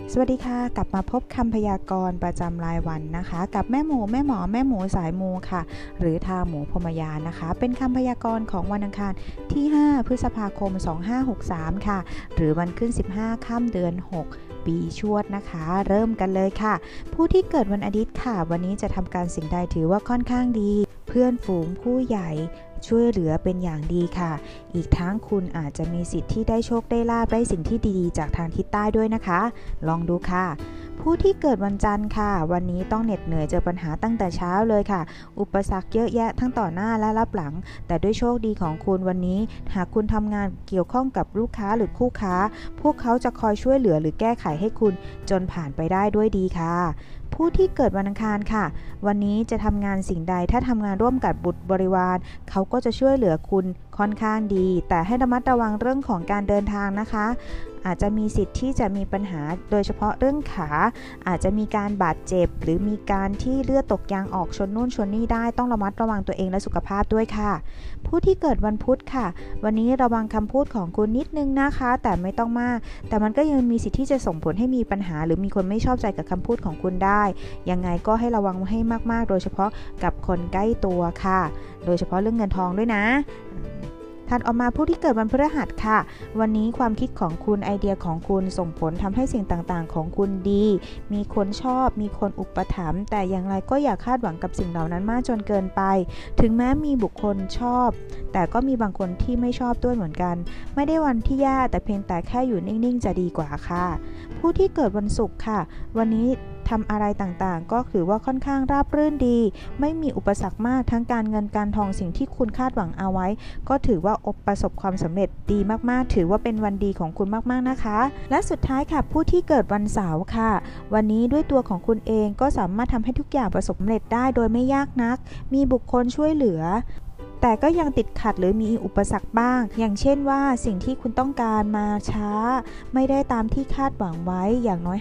สวัสดีค่ะกลับมาพบคำพยากรณ์ประจำรายวันนะคะกับแม่หมูแม่หมอแม่หมูสายมูค่ะหรือทางหมูพรหมยานนะคะเป็นคำพยากรณ์ของวันอังคารที่5พฤษภาคม2563ค่ะหรือวันขึ้น15ค่ำเดือน6ปีชวดนะคะเริ่มกันเลยค่ะผู้ที่เกิดวันอาทิตย์ค่ะวันนี้จะทำการสิ่งใดถือว่าค่อนข้างดีเพื่อนฝูงผู้ใหญ่ช่วยเหลือเป็นอย่างดีค่ะอีกทั้งคุณอาจจะมีสิทธิ์ที่ได้โชคได้ลาภได้สิ่งที่ดีๆจากทางทิศใต้ด้วยนะคะลองดูค่ะผู้ที่เกิดวันจันทร์ค่ะวันนี้ต้องเหน็ดเหนื่อยเจอปัญหาตั้งแต่เช้าเลยค่ะอุปสรรคเยอะแยะทั้งต่อหน้าและรับหลังแต่ด้วยโชคดีของคุณวันนี้หากคุณทำงานเกี่ยวข้องกับลูกค้าหรือคู่ค้าพวกเขาจะคอยช่วยเหลือหรือแก้ไขให้คุณจนผ่านไปได้ด้วยดีค่ะผู้ที่เกิดวันอังคารค่ะวันนี้จะทำงานสิ่งใดถ้าทำงานร่วมกับบุตรบริวารเขาก็จะช่วยเหลือคุณค่อนข้างดีแต่ให้ระมัดระวังเรื่องของการเดินทางนะคะอาจจะมีสิทธิ์ที่จะมีปัญหาโดยเฉพาะเรื่องขาอาจจะมีการบาดเจ็บหรือมีการที่เลือดตกยางออกชนนู่นชนนี่ได้ต้องระมัดระวังตัวเองและสุขภาพด้วยค่ะผู้ที่เกิดวันพุธค่ะวันนี้ระวังคำพูดของคุณนิดนึงนะคะแต่ไม่ต้องมากแต่มันก็ยังมีสิทธิ์ที่จะส่งผลให้มีปัญหาหรือมีคนไม่ชอบใจกับคำพูดของคุณได้ยังไงก็ให้ระวังให้มากๆโดยเฉพาะกับคนใกล้ตัวค่ะโดยเฉพาะเรื่องเงินทองด้วยนะถัดออกมาผู้ที่เกิดวันพฤหัสค่ะวันนี้ความคิดของคุณไอเดียของคุณส่งผลทำให้สิ่งต่างๆของคุณดีมีคนชอบมีคนอุปถัมภ์แต่อย่างไรก็อย่าคาดหวังกับสิ่งเหล่านั้นมากจนเกินไปถึงแม้มีบุคคลชอบแต่ก็มีบางคนที่ไม่ชอบด้วยเหมือนกันไม่ได้วันที่แย่แต่เพียงแต่แค่อยู่นิ่งๆจะดีกว่าค่ะผู้ที่เกิดวันศุกร์ค่ะวันนี้ทำอะไรต่างๆก็ถือว่าค่อนข้างราบรื่นดีไม่มีอุปสรรคมากทั้งการเงินการทองสิ่งที่คุณคาดหวังเอาไว้ก็ถือว่าประสบความสำเร็จดีมากๆถือว่าเป็นวันดีของคุณมากๆนะคะและสุดท้ายค่ะผู้ที่เกิดวันเสาร์ค่ะวันนี้ด้วยตัวของคุณเองก็สามารถทำให้ทุกอย่างประสบความสำเร็จได้โดยไม่ยากนักมีบุคคลช่วยเหลือแต่ก็ยังติดขัดหรือมีอุปสรรคบ้างอย่างเช่นว่าสิ่งที่คุณต้องการมาช้าไม่ได้ตามที่คาดหวังไว้อย่างน้อย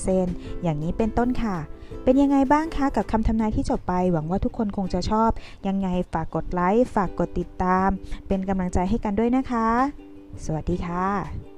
50% อย่างนี้เป็นต้นค่ะเป็นยังไงบ้างคะกับคำทำนายที่จบไปหวังว่าทุกคนคงจะชอบยังไงฝากกดไลค์ฝากกดติดตามเป็นกำลังใจให้กันด้วยนะคะสวัสดีค่ะ